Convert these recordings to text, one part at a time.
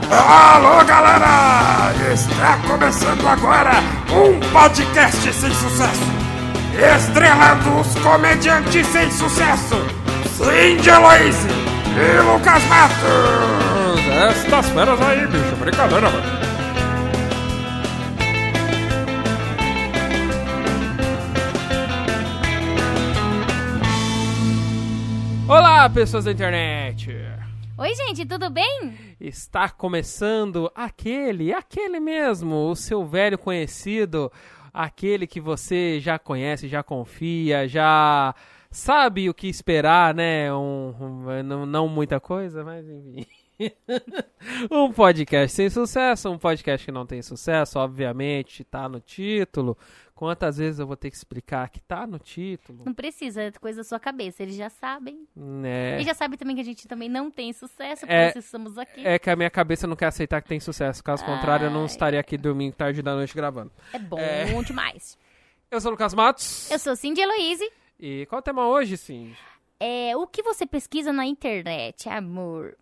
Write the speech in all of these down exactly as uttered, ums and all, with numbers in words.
Alô, galera! Está começando agora um podcast sem sucesso, estrelando os comediantes sem sucesso, Cindy Eloise e Lucas Matos. Estas feras aí, bicho, brincadeira, mano. Olá, pessoas da internet! Oi, gente, tudo bem? Está começando aquele, aquele mesmo, o seu velho conhecido, aquele que você já conhece, já confia, já sabe o que esperar, né? Um, um, não, não muita coisa, mas enfim. Um podcast sem sucesso, um podcast que não tem sucesso, obviamente, tá no título. Quantas vezes eu vou ter que explicar que tá no título? Não precisa, é coisa da sua cabeça, eles já sabem. É. Eles já sabem também que a gente também não tem sucesso, por É, isso estamos aqui. É que a minha cabeça não quer aceitar que tem sucesso. Caso Ai. contrário, eu não estaria aqui dormindo tarde da noite gravando. É bom É. demais. Eu sou o Lucas Matos. Eu sou Cindy Eloise. E qual é o tema hoje, Cindy? É, o que você pesquisa na internet, amor?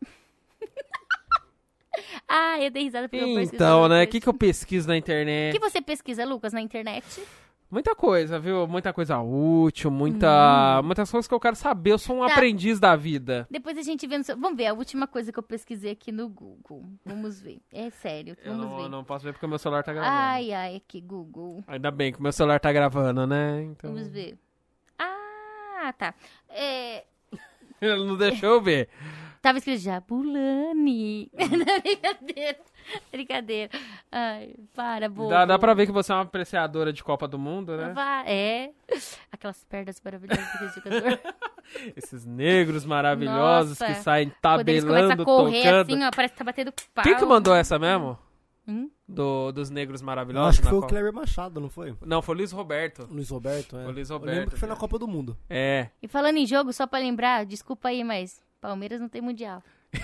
Ah, eu dei risada porque eu pesquiso. Então, né? O coisa. que, que eu pesquiso na O internet? que você pesquisa, Lucas, na internet? Muita coisa, viu? Muita coisa útil, muita... Hum. muitas coisas que eu quero saber. Eu sou um Tá. aprendiz da vida. Depois a gente vê no seu... Vamos ver, a última coisa que eu pesquisei aqui no Google. Vamos ver. É sério, Eu vamos não, ver. não posso ver porque o meu celular tá gravando. Ai, ai, aqui, Google. Ainda bem que o meu celular tá gravando, né? Então... Vamos ver. Ah, tá. É, Ele não deixou eu ver. tava escrito Jabulani. Não, brincadeira. Brincadeira. Ai, para, bobo. Dá, dá pra ver que você é uma apreciadora de Copa do Mundo, né? Vá- É. Aquelas pernas maravilhosas do jogador. Esses negros maravilhosos Nossa. que saem Quando eles começam tabelando, a correr tocando. assim, ó, parece que tá batendo pau. Quem que mandou essa mesmo? Hum? Do, dos negros Eu maravilhosos? acho que na foi o Copa? Kleber Machado, não foi? Não, foi o Luiz Roberto. O Luiz Roberto, é. O Luiz Eu Roberto, lembro que foi na cara. Copa do Mundo. É. E falando em jogo, só pra lembrar, desculpa aí, mas Palmeiras não tem mundial.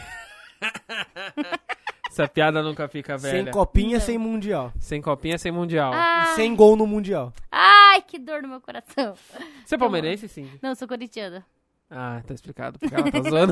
Essa piada nunca fica velha. Sem copinha, Não. sem mundial. Sem copinha, sem mundial. Ah, E sem gol no mundial. ai, que dor no meu coração. Você é palmeirense, sim? Não, eu sou corintiana. Ah, tá explicado, porque ela tá zoando.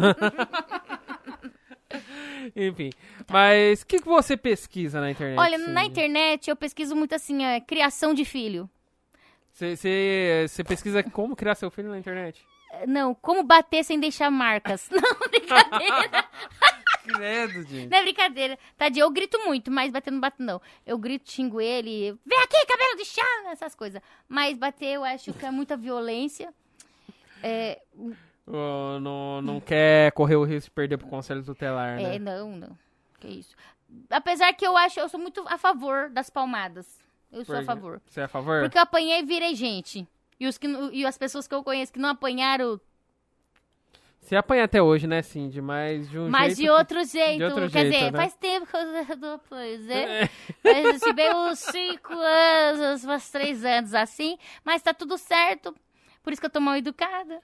Enfim, mas o que, que você pesquisa na internet? Olha, Cindy? na internet eu pesquiso muito assim, ó, criação de filho. Você pesquisa como criar seu filho na internet? Não, como bater sem deixar marcas. Não, brincadeira. Credo, gente. Não é brincadeira. Tadinho, eu grito muito, mas bater não bato, não. Eu grito, xingo ele. Vem aqui, cabelo de chá, essas coisas. Mas bater eu acho que é muita violência. É, Oh, não, não quer correr o risco de perder pro conselho tutelar, né? é, não, não. Que isso. Apesar que eu acho, eu sou muito a favor das palmadas. Eu sou a Por- favor. Você é a favor? Porque eu apanhei e virei gente. E, os que, não- e as pessoas que eu conheço que não apanharam, Você apanha até hoje, né, Cindy? Mas de um mas jeito... de outro jeito. outro Quer jeito, dizer, né? faz tempo que eu dou pois é. É. Faz assim, bem uns cinco anos, uns três anos assim. Mas tá tudo certo. Por isso que eu tô mal educada.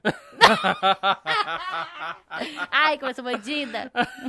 Ai, como eu sou bandida.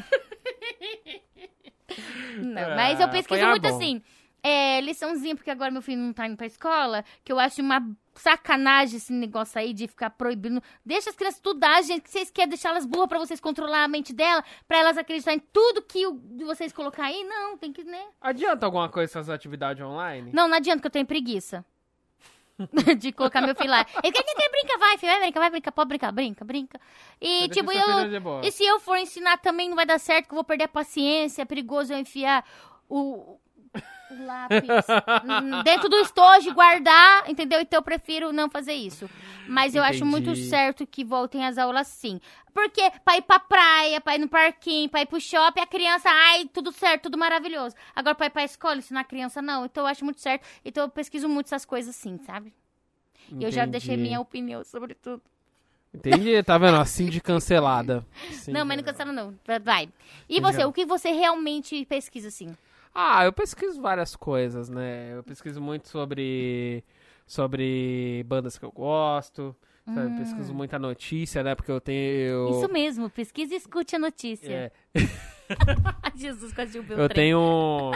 Não, mas eu Ah, pesquiso apanhar muito é bom. assim. É, liçãozinha, porque agora meu filho não tá indo pra escola, que eu acho uma sacanagem esse negócio aí de ficar proibindo. Deixa as crianças estudar, gente, que vocês querem deixar elas burras pra vocês controlar a mente dela, pra elas acreditarem em tudo que o, de vocês colocar aí. Não, tem que, né? Adianta alguma coisa essas atividades online? Não, não adianta que eu tenho preguiça. De colocar meu filho lá. Ele quer, quer, brinca, vai, filho, vai brincar, vai brincar, pode brincar, brinca, brinca. E, Você tipo, deixa seu filho eu. de boa. E se eu for ensinar também não vai dar certo, que eu vou perder a paciência, é perigoso eu enfiar o. o lápis hum, dentro do estojo e guardar, entendeu? Então eu prefiro não fazer isso. Mas eu acho muito Entendi. certo que voltem as aulas sim. Porque pra ir pra praia, pra ir no parquinho, pra ir pro shopping, a criança, ai, tudo certo, tudo maravilhoso. Agora pra ir pra escola, ensinar a criança, não. Então eu acho muito certo. Então eu pesquiso muito essas coisas sim, sabe? E eu já Entendi. deixei minha opinião sobre tudo. Entendi, tá vendo? A Cindy cancelada. Cindy- Não, mas não cancela não. Vai. E você, Já. o que você realmente pesquisa assim? Ah, eu pesquiso várias coisas, né? Eu pesquiso muito sobre, sobre bandas que eu gosto. Sabe? Eu pesquiso muita notícia, né? Porque eu tenho... Eu, Isso mesmo, pesquisa e escute a notícia. é, Jesus, quase derrubei o eu trem. tenho...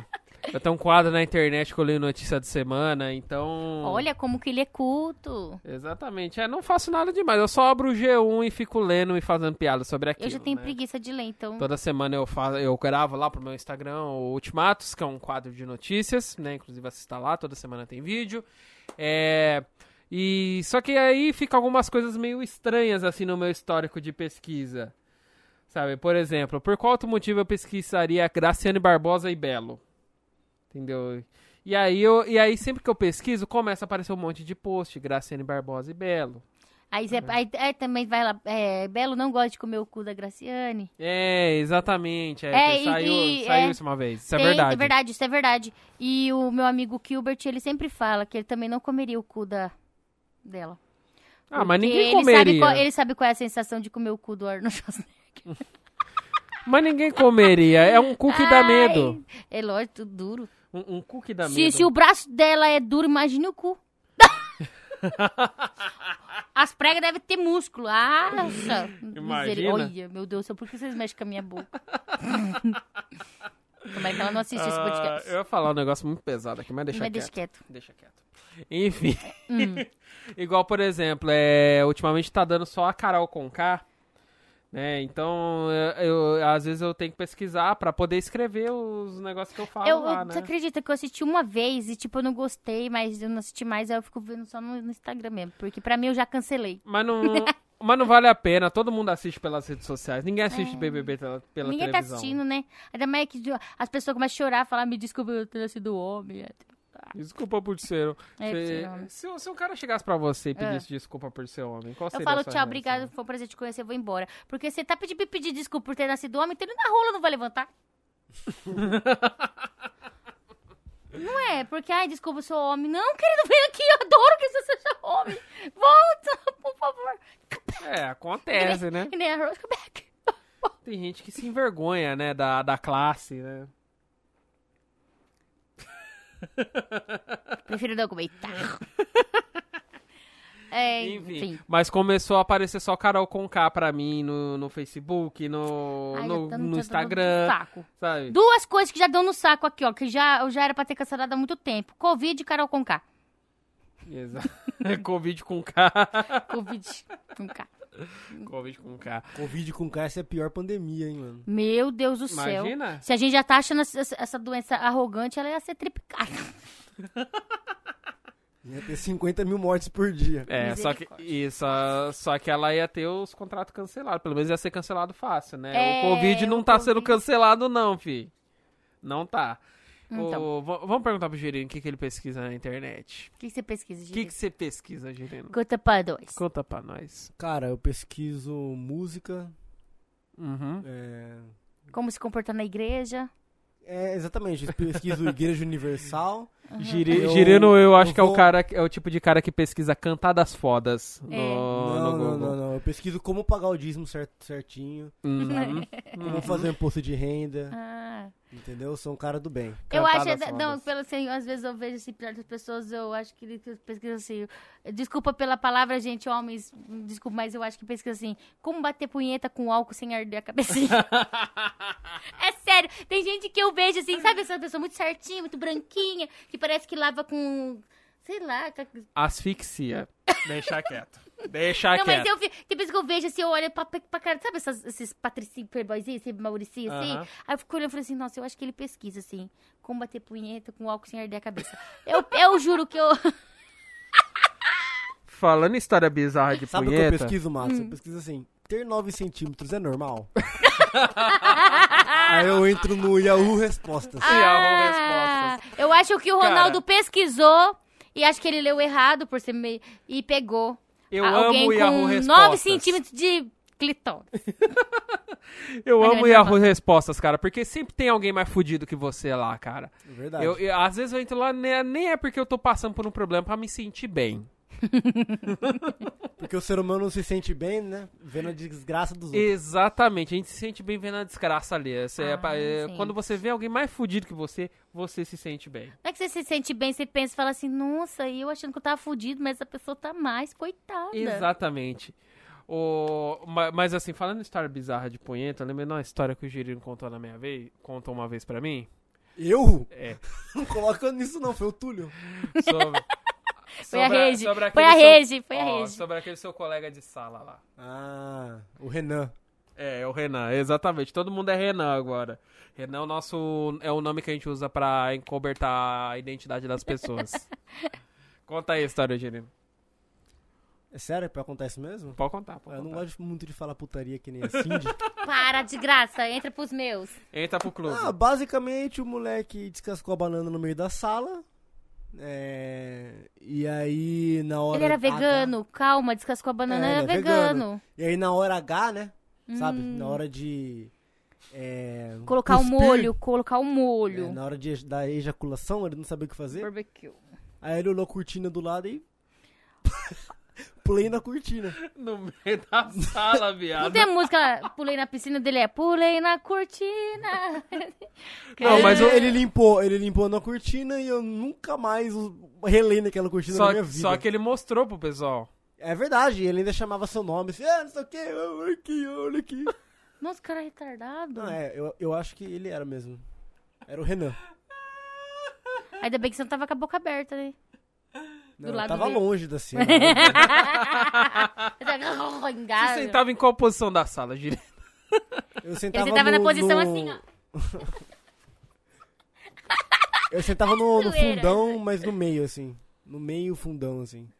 Eu tenho um quadro na internet que eu leio notícia de semana, então... Olha como que ele é culto. Exatamente. É, não faço nada demais. Eu só abro o G um e fico lendo e fazendo piada sobre aquilo, Eu já tenho né? preguiça de ler, então... Toda semana eu, faço, eu gravo lá pro meu Instagram o Ultimatos, que é um quadro de notícias, né? Inclusive assista lá, toda semana tem vídeo. É... E só que aí fica algumas coisas meio estranhas assim no meu histórico de pesquisa. Sabe, por exemplo, por qual outro motivo eu pesquisaria Graciane Barbosa e Belo? Entendeu? E aí, eu, e aí sempre que eu pesquiso, começa a aparecer um monte de post, Graciane Barbosa e Belo. Aí, Zé, aí, aí também vai lá, é, Belo não gosta de comer o cu da Graciane. É, exatamente. É, É, e- saiu e- saiu é, isso uma vez. Isso é Tem- verdade. É verdade, isso é verdade. E o meu amigo Gilbert, ele sempre fala que ele também não comeria o cu da, dela. Ah, mas Porque ninguém ele comeria. Sabe qual, ele sabe qual é a sensação de comer o cu do Arnold Schwarzenegger. Mas ninguém comeria. É um cu que dá medo. Ai, é lógico, tudo duro. Um, um cu que dá Se, medo. se o braço dela é duro, imagine o cu. As pregas devem ter músculo. Ah, nossa. Imagina. Miseri- Olha, meu Deus, por que vocês mexem com a minha boca? Como é que ela não assiste esse Ah, podcast? eu ia falar um negócio muito pesado aqui, mas deixa Mas quieto. deixa quieto. Deixa quieto. Enfim. Hum. Igual, por exemplo, é, ultimamente tá dando só a Carol Conká, né? Então, eu, eu- às vezes eu tenho que pesquisar pra poder escrever os negócios que eu falo Eu, lá, eu- né? Você acredita que eu assisti uma vez e, tipo, eu não gostei, mas eu não assisti mais, aí eu fico vendo só no, no Instagram mesmo. Porque pra mim eu já cancelei. Mas não, mas não vale a pena, todo mundo assiste pelas redes sociais. Ninguém assiste B B B pela, pela Ninguém tá televisão. assistindo, né? Ainda mais que as pessoas começam a chorar, falar, me desculpa eu ter sido homem. É, Desculpa por ser. É, por se, ser homem. se, se um cara chegasse pra você e pedisse desculpa por ser homem, qual Eu seria falo a sua tchau, reação? obrigado, foi um prazer te conhecer, eu vou embora. Porque você tá pedindo pedir desculpa por ter nascido homem, então ele na rola não vai levantar. Não é, porque, ai, desculpa, eu sou homem. Não, querido, vem aqui, eu adoro que você seja homem. Volta, por favor. É, acontece, né? E nem a Rose, come back. Tem gente que se envergonha, né, da, da classe, né? Prefiro não comentar. É, Enfim, enfim. mas começou a aparecer só Carol Conká pra mim no, no Facebook, no, Ai, no, já tá- no tá dando Instagram, saco. sabe? Duas coisas que já dão no saco aqui, ó, que já, eu já era pra ter cancelado há muito tempo. Covid e Carol Conká. Exato. Covid com K. Covid com K. Covid com K. Covid com K, essa é a pior pandemia, hein, mano. Meu Deus do céu. Imagina. Se a gente já tá achando essa, essa doença arrogante, ela ia ser triplicada. Ia ter cinquenta mil mortes por dia. É, só que, isso, só que ela ia ter os contratos cancelados. Pelo menos ia ser cancelado fácil, né? É, o Covid não o tá Covid- sendo cancelado, não, fi. Não tá. Então. O- v- vamos perguntar pro Girino o que, que ele pesquisa na internet. O que você pesquisa, O que, Gigi? que você pesquisa, Girino? Conta pra nós. Conta pra nós. Cara, eu pesquiso música. Uhum. É, Como se comportar na igreja. é, exatamente, eu pesquiso Igreja Universal. Giri- Eu- Girino, eu acho eu que é o vou- cara, é o tipo de cara que pesquisa cantadas fodas no, É. no não, não, Google. não, não. Eu pesquiso como pagar o dízimo cer- certinho. Uhum. Como fazer imposto de renda. Ah. Entendeu? Eu sou um cara do bem. Eu Cantadas acho, não, fodas. pelo assim, às vezes eu vejo assim, perto das pessoas, eu acho que ele pesquisa assim, desculpa pela palavra, gente, homens, desculpa, mas eu acho que pesquisa assim, como bater punheta com álcool sem arder a cabecinha. É sério, tem gente que eu vejo assim, sabe, essa pessoa muito certinha, muito branquinha, que parece que lava com, sei lá, com- Asfixia. Deixa quieto. Deixa não, mas quieto. eu vi, tem vezes que eu vejo assim, eu olho pra, pra cara, sabe essas, esses patricinhos, playboyzinhos, esse mauricinho assim? Aham. Aí eu fico olhando e falei assim, nossa, eu acho que ele pesquisa assim, como bater punheta com álcool sem arder a cabeça. Eu, eu juro que eu... Falando em história bizarra de Sabe o que eu punheta... pesquiso, Max? Hum. Eu pesquiso assim, ter nove centímetros é normal? Aí eu entro no Yahoo Respostas. Ah, Yahoo Ah, Respostas. eu acho que o Cara. Ronaldo pesquisou e acho que ele leu errado por ser meio... E pegou Eu alguém amo o Yahoo com Respostas. nove centímetros de clitóris. Eu Mas amo é Yahoo normal. Respostas, cara, porque sempre tem alguém mais fudido que você lá, cara. É verdade. Eu, eu- às vezes eu entro lá, nem, nem é porque eu tô passando por um problema, pra me sentir bem. Porque o ser humano não se sente bem, né? Vendo a desgraça dos outros. Exatamente, a gente se sente bem vendo a desgraça ali. Essa é Ah, pa- é, sim. quando você vê alguém mais fudido que você, você se sente bem. Não é que você se sente bem, você pensa e fala assim, nossa, eu achando que eu tava fudido, mas a pessoa tá mais, coitada. Exatamente. O, ma- mas assim, falando em história bizarra de punheta, eu lembrei de uma história que o Girino contou na minha vez, contou uma vez pra mim. Eu? É. Não coloca nisso não, foi o Túlio. Sobre, Foi a sobre Regi, sobre foi a aquele seu- Regi, foi a ó, Regi. Sobre aquele seu colega de sala lá. Ah, o Renan. É, é o Renan, exatamente. Todo mundo é Renan agora. Renan é o nosso, é o nome que a gente usa pra encobertar a identidade das pessoas. Conta aí a história, Girino. É sério? É Acontece mesmo? Pode contar, pode Eu não contar. gosto muito de falar putaria que nem a Cindy. Para de graça, entra pros meus. Entra pro clube. Ah, basicamente o moleque descascou a banana no meio da sala. É... E aí, na hora... Ele era H- vegano, calma, descascou a banana, É, era ele é vegano. E aí, na hora H, né? Sabe? Hum. Na hora de... é, Colocar o cuspir, molho, colocar o é, molho. na hora de, da ejaculação, ele não sabia o que fazer. Barbecue. Aí ele olhou a cortina do lado e... Pulei na cortina. No meio da sala, viado. Não tem a música Pulei na piscina dele, é Pulei na cortina. Não, Aí mas ele, o- ele limpou, ele limpou na cortina e eu nunca mais relei naquela cortina Só, na minha vida. só que ele mostrou pro pessoal. É verdade, ele ainda chamava seu nome, assim, ah, não sei o que, olha aqui, olha aqui. Nossa, cara retardado. Não, é, eu, eu acho que ele era mesmo. Era o Renan. Ainda bem que você não tava com a boca aberta, né? Não, Do eu lado tava dele. longe da cena. Você tava Você engasgo. sentava em qual posição da sala, Girino? Eu sentava, Ele sentava na no- posição no- assim, ó. Eu sentava no, no Zoeira. fundão, mas no meio, assim. No meio fundão, assim.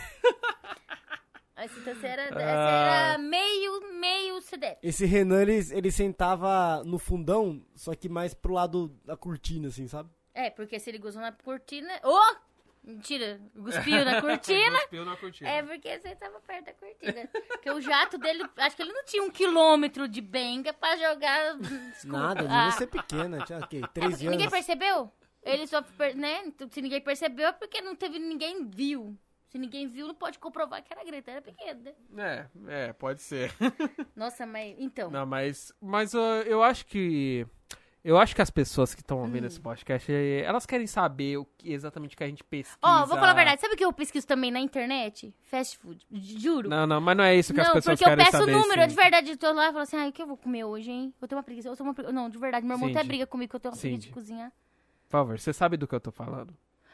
Assim, então você era, Ah. você era meio, meio C D. Esse Renan, ele, ele sentava no fundão, só que mais pro lado da cortina, assim, sabe? É, porque se ele gozou na cortina... Oh! Mentira, cuspiu na cortina. Cuspiu na cortina. É porque você tava perto da cortina. Porque o jato dele, acho que ele não tinha um quilômetro de benga pra jogar... Desculpa. Nada, Ah. devia ser pequena, tinha o quê? treze anos. Ninguém percebeu? Ele só, per- né? Então, se ninguém percebeu é porque não teve, ninguém viu. Se ninguém viu, não pode comprovar que era Greta, era pequena. É, é, pode ser. Nossa, mas, então... Não, mas, mas uh, eu acho que... Eu acho que as pessoas que estão ouvindo Hum. esse podcast, eh, elas querem saber o que, exatamente o que a gente pesquisa. Ó, vou falar a verdade. Sabe o que eu pesquiso também na internet? Fast food. Juro. Não, não, mas não é isso que as Não, pessoas porque eu querem peço o saber. número, eu sim. de verdade tô lá e falo assim, ai, o que eu vou comer hoje, hein? Eu tenho uma preguiça, eu tenho uma preguiça. Não, de verdade, meu irmão até Cindy. briga comigo que eu tenho uma preguiça de Cindy. cozinhar. Por favor, você sabe do que eu tô falando?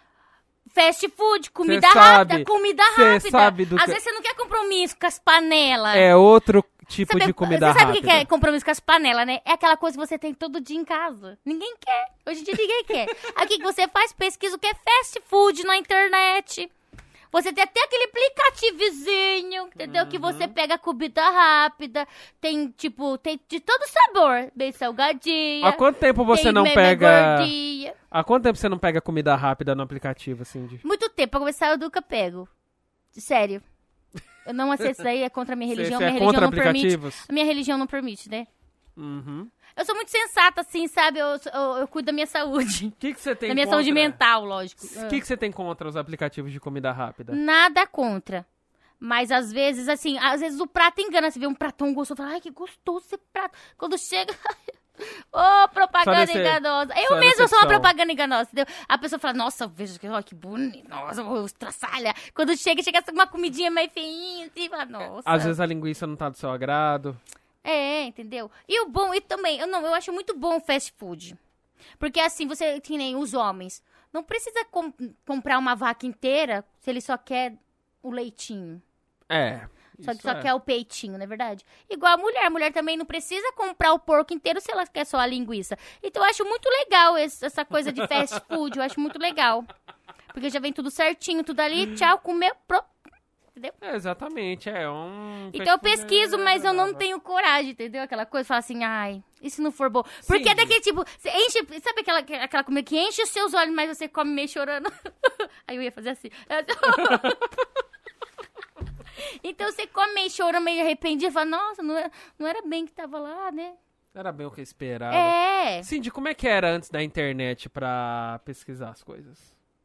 Fast food, comida Cê rápida, sabe- comida cê rápida. sabe do Às que- vezes você não quer compromisso com as panelas. É outro tipo Sabe- de comida Você sabe o rápida. que que é compromisso com as panelas, né? É aquela coisa que você tem todo dia em casa. Ninguém quer. Hoje em dia ninguém quer. Aqui que você faz pesquisa o que é fast food na internet. Você tem até aquele aplicativozinho, entendeu? Que você Uhum. pega comida rápida. Tem, tipo, tem de todo sabor. Bem salgadinha. Há quanto tempo você tem não meme pega... gordinha. Há quanto tempo você não pega comida rápida no aplicativo, assim? De... Muito tempo. Pra começar, eu nunca pego. Sério. Eu não aceito isso daí, é contra a minha Você, religião. você minha é religião contra não permite. aplicativos? A minha religião não permite, né? Uhum. Eu sou muito sensata, assim, sabe? Eu, eu, eu cuido da minha saúde. O que, que você tem Da minha contra... saúde mental, lógico. O que, que você tem contra os aplicativos de comida rápida? Nada contra. Mas às vezes, assim, às vezes o prato engana. Você vê um pratão gostoso, fala, ai, que gostoso esse prato. Quando chega. Ô, propaganda Só dece- enganosa. Eu só mesma sou decepção. uma propaganda enganosa, entendeu? A pessoa fala, nossa, veja que, ó, que bonito. Nossa, vou estraçalha. Quando chega, chega uma comidinha mais feinha, assim, fala, nossa. Às vezes a linguiça não tá do seu agrado. É, entendeu? E o bom, e também, eu não, eu acho muito bom o fast food. Porque assim, você, que nem os homens, não precisa com- comprar uma vaca inteira se ele só quer o leitinho. É. Só que isso só é. quer o peitinho, não é verdade? Igual a mulher. A mulher também não precisa comprar o porco inteiro se ela quer só a linguiça. Então eu acho muito legal esse- essa coisa de fast food. Eu acho muito legal. Porque já vem tudo certinho, tudo ali. Tchau, comeu, pronto. Entendeu? É, exatamente, é um... Então eu fast food pesquiso, é mas eu não agradável. tenho coragem, entendeu? Aquela coisa, fala assim, ai, e se não for bom? Porque é Sim. daquele tipo, você enche, sabe aquela, aquela comida que enche os seus olhos, mas você come meio chorando? Aí eu ia fazer assim. Então você come meio chorando, meio arrependido, fala, nossa, não era, não era bem que tava lá, né? Era bem o que eu esperava. É. Cindy, como é que era antes da internet pra pesquisar as coisas?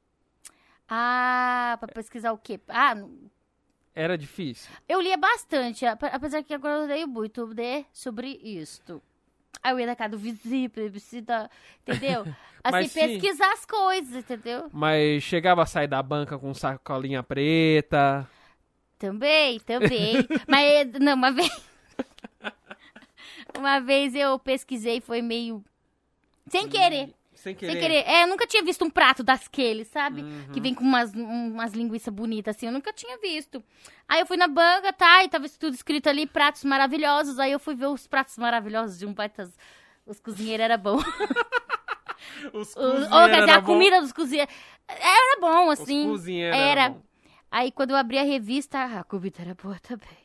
Ah, pra pesquisar o quê? Ah, não- Era difícil? eu lia bastante, ap- apesar que agora eu leio muito, né, sobre isto. Aí eu ia na casa do vizinho, pra visitar, entendeu? Assim, Mas sim. pesquisar as coisas, entendeu? Mas chegava a sair da banca com sacolinha preta. Também, também. Mas, não, uma vez... Uma vez eu pesquisei, foi meio... Sem querer. Sem querer. Sem querer. É, eu nunca tinha visto um prato daqueles, sabe? Uhum. Que vem com umas, um- umas linguiças bonitas, assim. Eu nunca tinha visto. Aí eu fui na banca, tá? E tava tudo escrito ali, pratos maravilhosos. Aí eu fui ver os pratos maravilhosos de um baita... Os cozinheiros era bom. Os Os- Ou, quer cozinheiros dizer, era a bom. comida dos cozinheiros... Era bom, Os assim. cozinheiros Era. era bom. Aí quando eu abri a revista, a comida era boa também.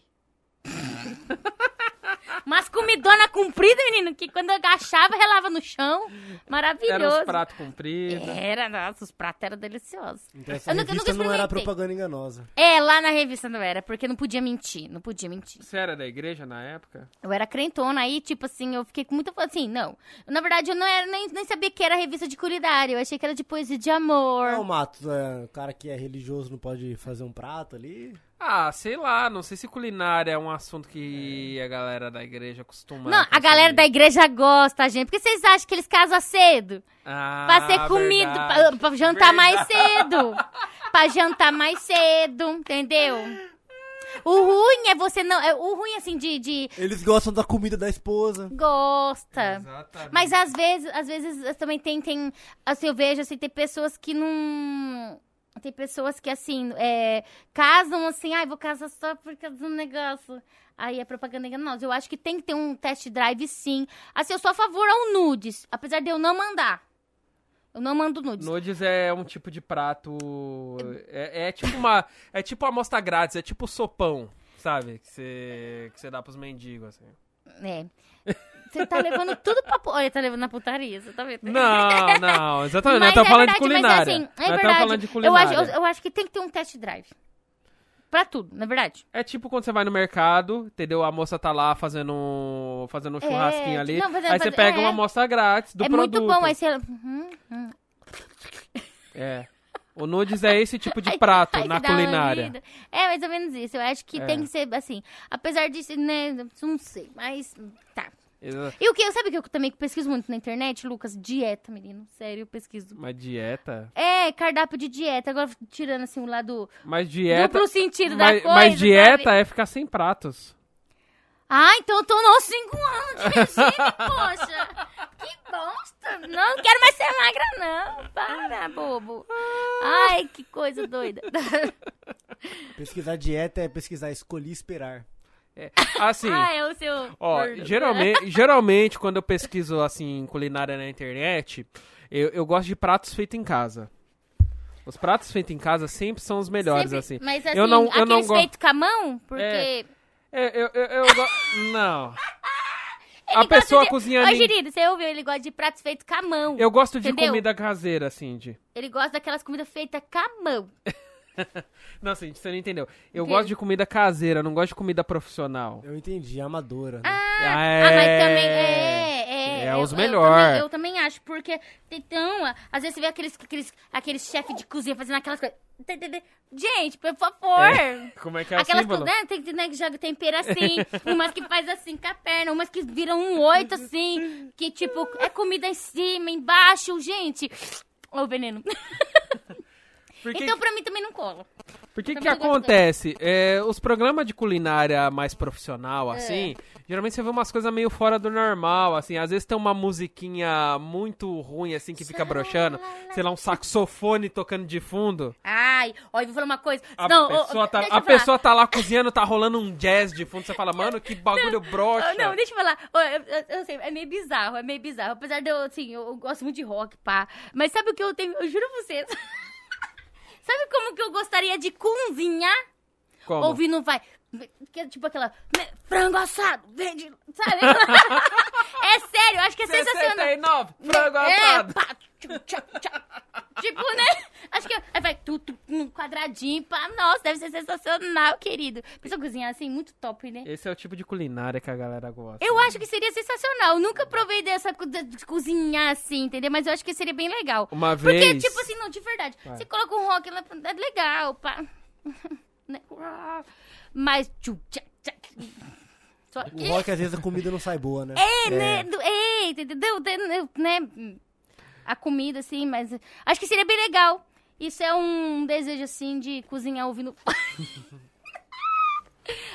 Mas comidona comprida, menino, que quando eu agachava, relava no chão. Maravilhoso. Era os pratos compridos. Era, nossa, os pratos eram deliciosos. Então essa Eu nunca- revista nunca não era experimentei. propaganda enganosa. É, lá na revista não era, porque não podia mentir, não podia mentir. Você era da igreja na época? Eu era crentona, aí, tipo assim, eu fiquei com muita... Assim, não. Na verdade, eu não era, nem, nem sabia que era revista de culinária, eu achei que era de poesia de amor. Não, Matos, é, o cara que é religioso não pode fazer um prato ali. Ah, sei lá, não sei se culinária é um assunto que a galera da igreja costuma... Não, a consumir. galera da igreja gosta, gente. Por que vocês acham que eles casam cedo? Ah, Pra ser comido, pra, verdade. pra jantar mais Verdade. cedo. Pra jantar mais cedo, entendeu? O ruim é você não... É, o ruim, assim, de... de Eles gostam da comida da esposa. gosta. Exatamente. Mas às vezes, às vezes também tem, tem, assim, eu vejo, assim, tem pessoas que não... Tem pessoas que, assim, é, casam, assim, ai, vou casar só por causa do negócio. Aí é propaganda enganosa. Eu acho que tem que ter um test drive, sim. Assim, eu sou a favor ao nudes, apesar de eu não mandar. Eu não mando nudes. Nudes é um tipo de prato... É, é tipo uma... É tipo amostra grátis, é tipo sopão, sabe? Que você que você dá pros mendigos, assim. É. Você tá levando tudo pra... pu- Olha, tá levando na putaria, você tá vendo? Não, não, exatamente. Nós Mas estamos é falando verdade, de culinária. Mas, assim, é Nós estamos verdade. falando de Eu culinária. acho, eu, eu acho que tem que ter um test drive. Pra tudo, na verdade. É tipo quando você vai no mercado, entendeu? A moça tá lá fazendo um, fazendo um churrasquinho É, ali. não, fazendo- aí você fazendo- pega é. uma amostra grátis do é produto. muito bom, aí você... Uhum, uhum. É. O nudes é esse tipo de Ai, prato ai, na que dá uma culinária. vida. É mais ou menos isso. Eu acho que É. tem que ser assim. Apesar disso, né? Não sei, mas tá. Exa- E o que? Sabe o que eu também pesquiso muito na internet, Lucas? Dieta, menino. Sério, eu pesquiso. Mas dieta? É, cardápio de dieta. Agora tirando assim o lado Mas dieta... duplo sentido da mas, coisa. mas dieta sabe? é ficar sem pratos. Ah, então eu tô nos cinco anos de regime, poxa. Que bosta. Não quero mais ser magra, não. Para, bobo. Ai, que coisa doida. Pesquisar dieta é pesquisar escolhi esperar. É, assim, Ah, é o seu... ó, gordo. geralmente, geralmente quando eu pesquiso, assim, culinária na internet, eu, eu gosto de pratos feitos em casa. Os pratos feitos em casa sempre são os melhores, Sempre- assim. Mas assim, eu não, eu aqueles não gosto... feitos com a mão, porque... É. É, eu, eu, eu gosto... Não. Ele A gosta pessoa de... cozinhando Ô, em... Girido, você ouviu? Ele gosta de pratos feitos com a mão. Eu gosto de Entendeu? comida caseira, Cindy. Ele gosta daquelas comidas feitas com a mão. Não, Cindy, você não entendeu. Eu O quê? gosto de comida caseira, eu não gosto de comida profissional. Eu entendi, amadora. né? Ah, É. ah, mas também é... É, É eu- os eu melhor. também- Eu também acho, porque... Então, às vezes você vê aqueles, aqueles, aqueles chefes de cozinha fazendo aquelas coisas... Gente, por favor... Como é que é o Aquelas símbolo? coisas, né? Tem que né, que joga tempero assim, umas que faz assim com a perna, umas que viram um oito assim, que tipo, é comida em cima, embaixo, gente. Ô, o veneno. Porque, Então pra mim também não cola. porque que também gosto acontece? É, os programas de culinária mais profissional, assim, geralmente você vê umas coisas meio fora do normal, assim. Às vezes tem uma musiquinha muito ruim, assim, que fica broxando. Sei lá, um saxofone tocando de fundo. Ai, ó, eu vou falar uma coisa. A, não, ô, pessoa, ô, tá, deixa a eu falar. pessoa tá lá cozinhando, tá rolando um jazz de fundo. Você fala, mano, que bagulho broxa. Ô, não, deixa eu falar. Ô, eu, eu- eu sei, é meio bizarro, é meio bizarro. Apesar de eu, assim, eu, eu gosto muito de rock, pá. Mas sabe o que eu tenho? Eu juro pra vocês. Sabe como que eu gostaria de cozinhar? Como? Ouvindo, vai. Que é tipo aquela. né, frango assado, vende. Sabe? É sério, eu acho que é sensacional. sessenta e nove, frango É, assado. pá, tchum, tchá, tchá. Tipo, né? Acho que aí vai tudo num quadradinho, pá. Nossa, deve ser sensacional, querido. Pessoa cozinhar assim, muito top, né? Esse é o tipo de culinária que a galera gosta. Eu acho que seria sensacional. Eu nunca provei dessa co- de de cozinhar assim, entendeu? Mas eu acho que seria bem legal. Uma Porque, vez... tipo assim, não, de verdade. Vai. Você coloca um rock, ela- é legal, pá. Né? Mas. tchum, tchá, tchá. Só O que. rock, às vezes, a comida não sai boa, né? É, né? do- É, entendeu? Tem- né? A comida, assim, mas. Acho que seria bem legal. Isso é um desejo, assim, de cozinhar ouvindo.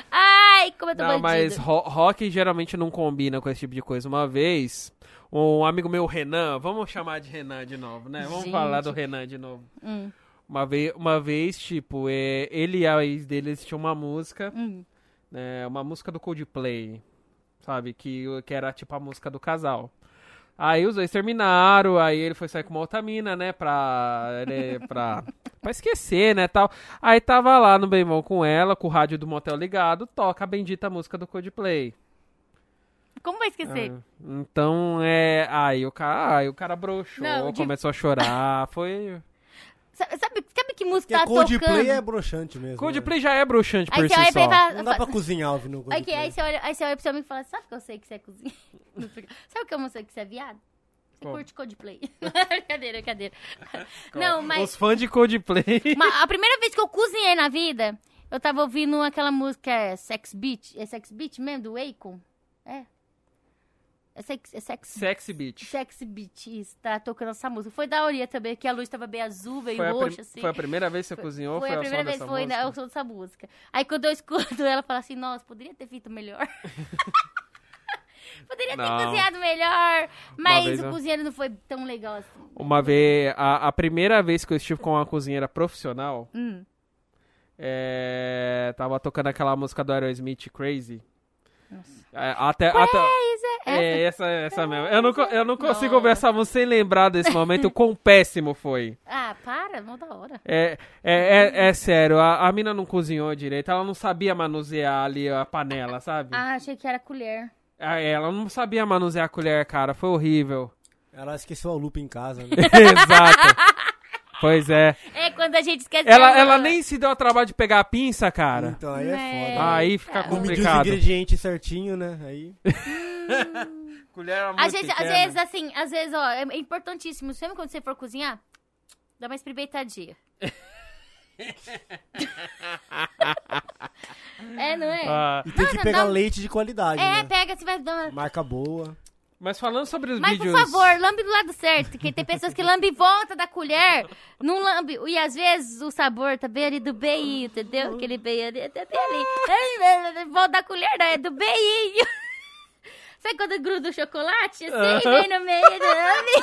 Ai, como eu tô Não, bandido. mas ro- rock geralmente não combina com esse tipo de coisa. Uma vez, um amigo meu, Renan, vamos chamar de Renan de novo, né? Vamos Gente. falar do Renan de novo. Hum, Uma vez, uma vez tipo, é, ele e a ex dele tinham uma música, hum. né, uma música do Coldplay, sabe? Que, que era tipo a música do casal. Aí os dois terminaram, aí ele foi sair com uma outra mina, né, pra, ele, pra, pra esquecer, né, tal. Aí tava lá no bem-bom com ela, com o rádio do motel ligado, toca a bendita música do Coldplay. Como vai esquecer? Ah, então, é, aí o cara, aí o cara broxou, Não, de- começou a chorar, foi... Sabe, sabe, sabe que música Porque tá Coldplay tocando? é broxante mesmo. Coldplay já é broxante por Aí si você olha pra só. ele e fala... Né? Não dá pra cozinhar ouvindo Coldplay. Ok, aí você olha, aí você olha pro seu amigo e fala, sabe que eu sei que você é cozinha? Sabe que eu sei que você é viado? Você Como? curte Coldplay. Brincadeira, brincadeira. Não, mas... Os fãs de Coldplay... Mas a primeira vez que eu cozinhei na vida, eu tava ouvindo aquela música é Sex Beat. É Sex Beat mesmo, do Akon? É. É Sex, é sex, Sexy Beach. Sex Beat, isso. Tá tocando essa música. Foi da Oria também, que a luz tava bem azul, veio Foi a, roxa, prim- assim. foi a primeira vez que você cozinhou? Foi Foi a ao primeira som vez, dessa foi né, música? o som dessa música. Aí quando eu escuto ela, fala assim, nossa, poderia ter feito melhor. Poderia ter Não. cozinhado melhor, mas vez o eu- cozinheiro não foi tão legal assim. Uma vez, a, a primeira vez que eu estive com uma cozinheira profissional, Hum. é, tava tocando aquela música do Aerosmith, Crazy. Nossa. É, até, até, Essa, é, essa, essa mesmo. Eu não, co- eu não consigo Nossa. ouvir essa música sem lembrar desse momento, o quão péssimo foi. Ah, para, mó da hora. É, é, é, é sério, a, a mina não cozinhou direito, ela não sabia manusear ali a panela, sabe? Ah, achei que era colher. Ah, ela não sabia manusear a colher, cara, foi horrível. Ela esqueceu a lupa em casa, né? Exato. Pois é. É quando a gente esquece. Ela, a- ela nem se deu ao trabalho de pegar a pinça, cara. Então aí é É. foda. Aí fica Não Não mediu os complicado. ingredientes certinho, né? Aí... Colher era muito Às vezes, às pequena. vezes, assim, às vezes, ó, é importantíssimo. Sempre quando você for cozinhar, dá uma experimentadinha. É, não é? Ah, E tem Não, que não, pegar não. leite de qualidade, É, né? pega, você vai dar uma... Marca boa. mas falando sobre os Mas, vídeos... por favor, lambe do lado certo, porque tem pessoas que lambem em volta da colher, não lambe, e às vezes o sabor tá bem ali do beinho, entendeu? Aquele beinho ali, tá bem ali. Em volta da colher, não, é do beinho. Sabe quando gruda o chocolate? Assim, vem no meio, lambe.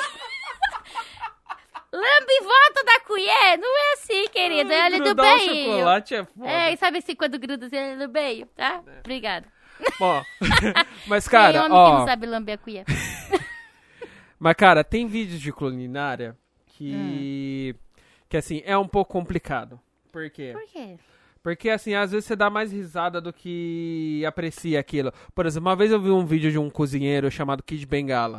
Lambe em volta da colher, não é assim, querido, é ali do Grudar o beinho. chocolate é foda. É, e sabe assim, quando gruda assim, é ali no beinho, tá? Obrigada. Bom, mas Tem cara, homem que ó... não sabe lamber a colher. Mas, cara, tem vídeos de culinária que... Que, assim, é um pouco complicado. Por quê? Por quê? Porque, assim, às vezes você dá mais risada do que aprecia aquilo. Por exemplo, uma vez eu vi um vídeo de um cozinheiro chamado Kid Bengala.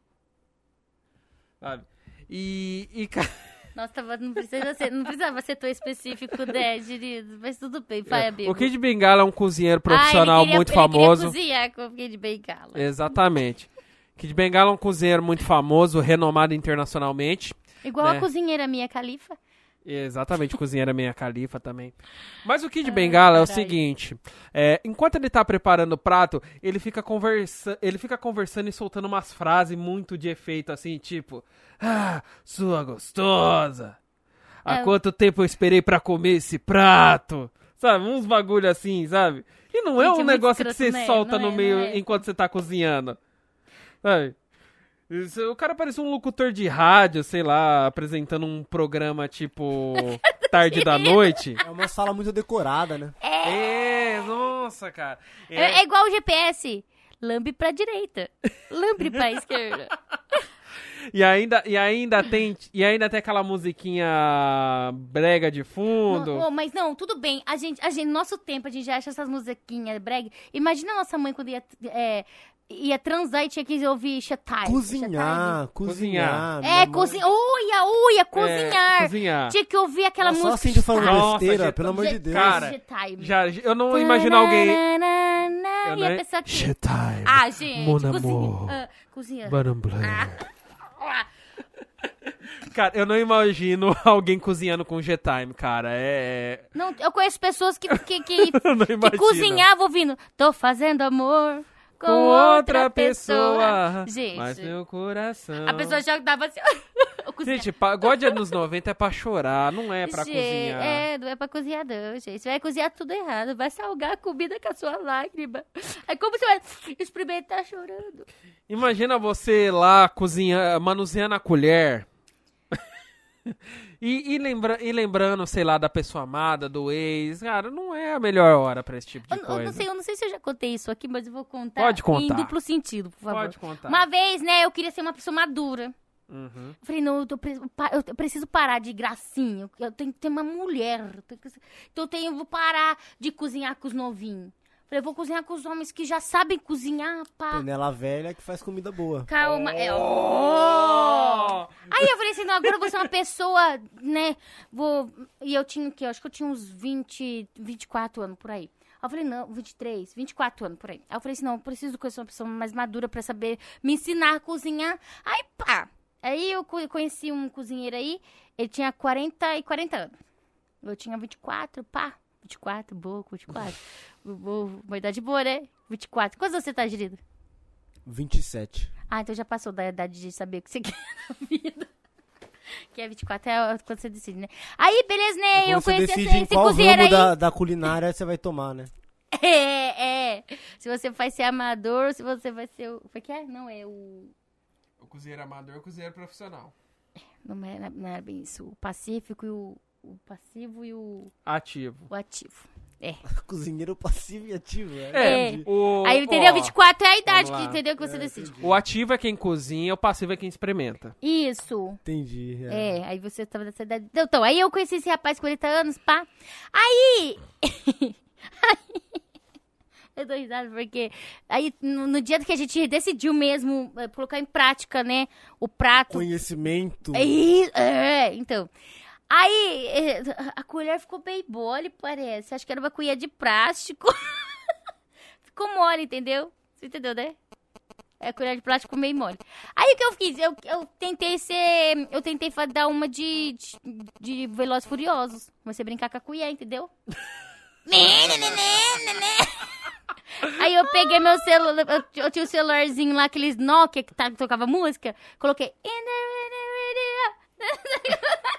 Sabe? E, e ca- Nossa, tava, não, precisa ser, não precisava ser tão específico, né, querido? Mas tudo bem, vai, amigo. o Kid Bengala é um cozinheiro Ah, profissional ele queria- muito ele queria famoso. cozinhar com o Kid Bengala. Exatamente. Kid Bengala é um cozinheiro muito famoso, renomado internacionalmente. Igual né? a cozinheira minha, Califa. Exatamente, cozinheira minha califa também. Mas o Kid Bengala é o caralho. seguinte, é, enquanto ele tá preparando o prato, ele fica, conversa ele fica conversando e soltando umas frases muito de efeito, assim, tipo... Ah, sua gostosa! Há É. quanto tempo eu esperei pra comer esse prato? Sabe, uns bagulho assim, sabe? E não é Gente, um é muito negócio que escroto, você né? solta Não no é, meio não é. enquanto você tá cozinhando. Sabe? Isso, o cara parece um locutor de rádio, sei lá, apresentando um programa tipo Tarde da Noite. É uma sala muito decorada, né? É, nossa, cara. É, é igual o G P S. Lambe pra direita. Lambe pra esquerda. E ainda, e ainda tem, e ainda tem aquela musiquinha brega de fundo. Não, oh, mas não, tudo bem. A gente, a gente, no nosso tempo, a gente já acha essas musiquinhas brega. Imagina a nossa mãe quando ia, é, ia transar e tinha que ouvir Showtime. Cozinhar, cozinhar. minha É, mãe- cozinhar. Uia, uia, cozinhar. É, cozinhar. Tinha que ouvir aquela Só música. assim de falando Nossa, besteira, gente, pelo amor de Deus. cara, Showtime. Já, eu não imagino alguém... Eu Eu e a não- pessoa que... Showtime. Ah, gente, Mon cozinha. amour. Ah, cozinha. Ah. Cara, eu não imagino alguém cozinhando com G-Time, cara. É... Não, eu conheço pessoas que, que, que, Eu não que imagino. cozinhavam ouvindo. Tô fazendo amor com, Com outra pessoa, Gente, mas meu coração... a pessoa já dava assim... Ou cozinhar. Gente, pagode anos noventa é pra chorar, não é pra Gente, cozinhar. É, não é pra cozinhar não, gente. Você vai cozinhar tudo errado. Vai salgar a comida com a sua lágrima. Aí como você vai experimentar chorando? Imagina você lá cozinhando, manuseando a colher. e, e, lembra, e lembrando, sei lá, da pessoa amada, do ex. Cara, não é a melhor hora pra esse tipo de Eu, coisa. eu não sei, eu não sei se eu já contei isso aqui, mas eu vou contar, Pode contar. em duplo sentido, por favor. Pode contar. Uma vez, né, eu queria ser uma pessoa madura. Uhum. Eu falei, não, eu, tô, pre- pa- eu preciso parar de gracinha. Eu, eu tenho que ter uma mulher. Eu tenho que- então eu tenho, eu vou parar de cozinhar com os novinhos. Eu falei, eu vou cozinhar com os homens que já sabem cozinhar, pá. Panela velha que faz comida boa. Calma. É, oh! Aí eu falei assim, não, agora eu vou ser uma pessoa, né? Vou. E eu tinha o quê? Eu acho que eu tinha uns vinte, vinte e quatro anos por aí. Aí eu falei, não, vinte e três, vinte e quatro anos por aí. Aí eu falei assim, não, eu preciso conhecer uma pessoa mais madura pra saber me ensinar a cozinhar. Aí, pá. Aí eu co- conheci um cozinheiro aí, ele tinha quarenta e quarenta anos. Eu tinha vinte e quatro, pá. vinte e quatro, boa, vinte e quatro. Boa, uma idade boa, né? vinte e quatro. Quantos você tá, Gerido? vinte e sete. Ah, então já passou da idade de saber o que você quer na vida. Que é vinte e quatro, é quando você decide, né? Aí, beleza, né? Quando Eu você conheci decide esse, em esse qual cozinheiro ramo aí. da, da culinária você vai tomar, né? É, é. Se você vai ser amador, se você vai ser o... Foi que é? Não, é o... O cozinheiro amador e o cozinheiro profissional. Não era, não era bem isso. O pacífico e o... O passivo e o... Ativo. O ativo. É. Cozinheiro passivo e ativo. É. entendi. O, Aí, entendeu? ó, vinte e quatro é a idade vamos que, lá. entendeu? Que você decide. O ativo é quem cozinha, o passivo é quem experimenta. Isso. Entendi. É, aí você tava nessa idade. Então, aí eu conheci esse rapaz de quarenta anos, pá. Aí. aí eu dou risada porque. Aí, no, no dia que a gente decidiu mesmo eh, colocar em prática, né? O prato. Conhecimento. É, isso, é, então. Aí, eh, a colher ficou bem mole, parece. Acho que era uma colher de plástico. Ficou mole, entendeu? Você entendeu, né? É, a colher de plástico meio mole. Aí o que eu fiz? Eu, eu tentei ser. Eu tentei fa- dar uma de, de, de Velozes e Furiosos. Comecei a brincar com a colher, entendeu? Né, né, né, né, né, né. Aí eu peguei meu celular. Eu, eu tinha o celularzinho lá, aqueles Nokia que, tá, que tocava música. Coloquei. In the radio.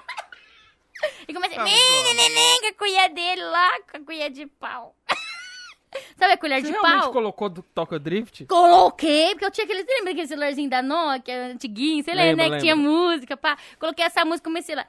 E comecei. Tá né, né, né, né, com a colher dele lá, com a colher de pau. Sabe a colher Você de realmente pau? colocou do Toca Drift? Coloquei, porque eu tinha aquele. Você lembra aquele celularzinho da Nokia, antiguinho? Você lembra, Lembro, né? Que tinha lembro. música, pá. Coloquei essa música e comecei lá.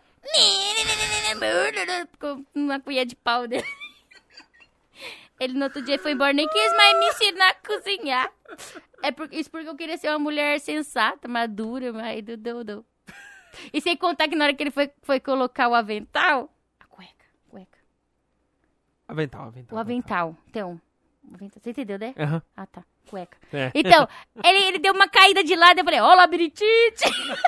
Com uma colher de pau dele. Ele no outro dia foi embora, nem quis mais me ensinar a cozinhar. É por, isso porque eu queria ser uma mulher sensata, madura, mas do, do, do. E sem contar que na hora que ele foi, foi colocar o avental. A cueca, cueca. Avental, avental. O avental. Então. o avental, você entendeu, né? Aham. Ah, tá. Cueca. É. Então, ele, ele deu uma caída de lado, eu falei, ó, labirintite!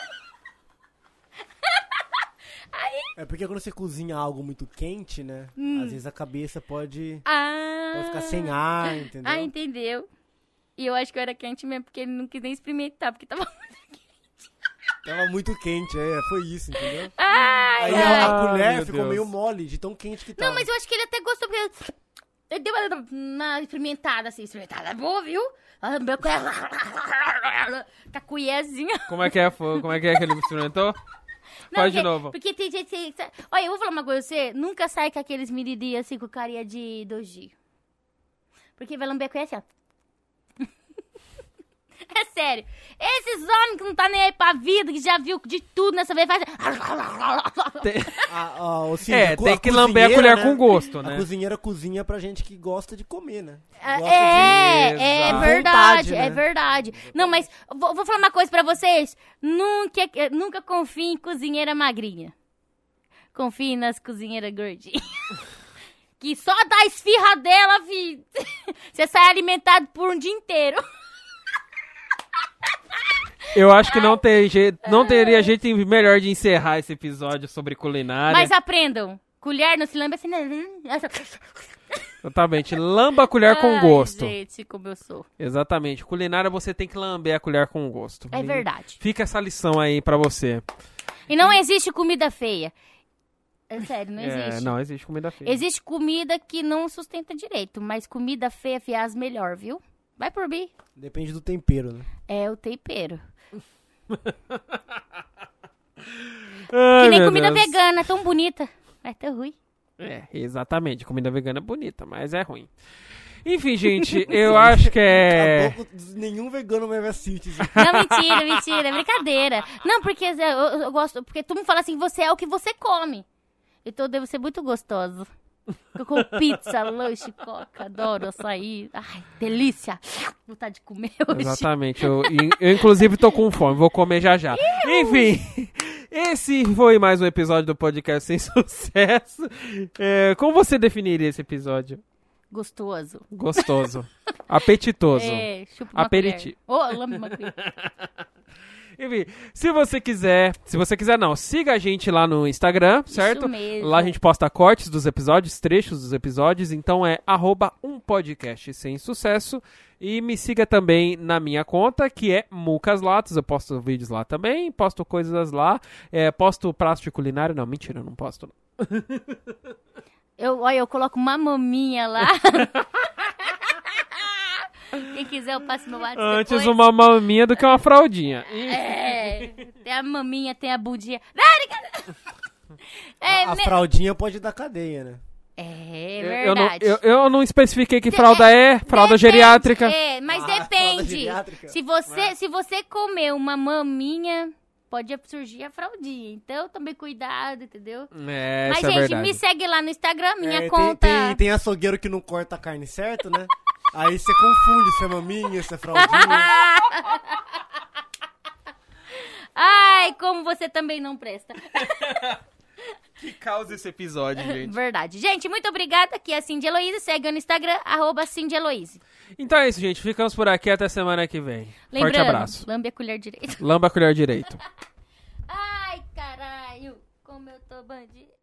É porque quando você cozinha algo muito quente, né? Hum. Às vezes a cabeça pode, Ah! pode ficar sem ar, entendeu? Ah, entendeu? E eu acho que eu era quente mesmo, porque ele não quis nem experimentar, porque tava muito quente. Tava muito quente, é, foi isso, entendeu? Ai, Aí ai. a, a Ah, colher meu ficou Deus. meio mole, de tão quente que tava. Não, mas eu acho que ele até gostou, porque ele deu uma, uma experimentada, assim, experimentada boa, viu? Ah, meu colher- Com a colherzinha. Como é que é, Fô? Como é que é que ele me experimentou? Não, Faz de porque- novo. Porque tem gente que... Olha, eu vou falar uma coisa pra você. Nunca sai com aqueles miriri assim, com carinha de doji. Porque vai lamber a colher assim, ó. É sério. Esses homens que não tá nem aí pra vida, que já viu de tudo nessa vez, faz... Tem- A- a- o Cid, É, co- tem a que lamber a cozinheira, colher com gosto, A né? cozinheira cozinha pra gente que gosta de comer, né? É, Gosta é, de- é Exato. verdade, Vontade, é né? verdade. Não, mas vou, vou falar uma coisa pra vocês. Nunca, nunca confie em cozinheira magrinha. Confie nas cozinheiras gordinhas. Que só da esfirra dela, vi, você sai alimentado por um dia inteiro. Eu acho que não, tem jeito, não teria jeito melhor de encerrar esse episódio sobre culinária. Mas aprendam. Colher não se lembra assim, né? Exatamente. Lamba a colher com Ai, gosto. gente, como eu sou. Exatamente. Culinária você tem que lamber a colher com gosto. É E verdade. Fica essa lição aí pra você. E não existe comida feia. É sério, não É, existe. não existe comida feia. Existe comida que não sustenta direito, mas comida feia faz melhor, viu? Vai por mim. Depende do tempero, né? É o tempero. Ai, Que nem meu comida Deus. vegana, tão bonita. Vai ter ruim. É, exatamente. Comida vegana é bonita, mas é ruim. Enfim, gente, eu acho que é... Acabou com nenhum vegano mais vai assistir. Não, mentira, mentira, é brincadeira. Não, porque eu, eu- eu gosto, porque tu me fala assim, você é o que você come. Então eu devo ser muito gostoso. Eu como pizza, lanche, coca, adoro açaí. Ai, delícia. Vontade de comer hoje. Exatamente. Eu, eu, inclusive, tô com fome. Vou comer já já. Enfim, esse foi mais um episódio do Podcast Sem Sucesso. É, como você definiria esse episódio? Gostoso. Gostoso. Apetitoso. É, chupa uma Aperitivo. colher. Ô, lambe uma colher. Enfim, se você quiser... Se você quiser, não. Siga a gente lá no Instagram, certo? mesmo. Lá a gente posta cortes dos episódios, trechos dos episódios. Então é arroba um podcast sem sucesso. E me siga também na minha conta, que é Mucas Latas. Eu posto vídeos lá também, posto coisas lá. É, posto prato de culinário. Não, mentira, eu não posto não. Eu, olha, eu coloco uma maminha lá. Quem quiser, eu passo meu WhatsApp Antes depois. uma maminha do que uma fraldinha. É, tem a maminha, tem a budinha. Não, brincadeira. É, A me- fraldinha pode dar cadeia, né? é Eu não, verdade. eu, eu não especifiquei que fralda é, fralda Depende, geriátrica. É, mas Ah, fralda depende. geriátrica. Se você, se você comer uma maminha, pode surgir a fraldinha. Então, tome cuidado, entendeu? É, mas, isso é gente, verdade. me segue lá no Instagram, minha É, tem- conta. Tem, tem açougueiro que não corta a carne certo, né? Aí você confunde se é maminha, se é fraldinha. Ai, como você também não presta. Que causa esse episódio, gente. Verdade. Gente, muito obrigada. Aqui é a Cindy Heloise. Segue eu no Instagram, arroba Cindy Heloise. Então é isso, gente. Ficamos por aqui até semana que vem. Lembrando, Forte abraço. lambe a colher direita. Lamba a colher direito. Ai, caralho. Como eu tô bandido.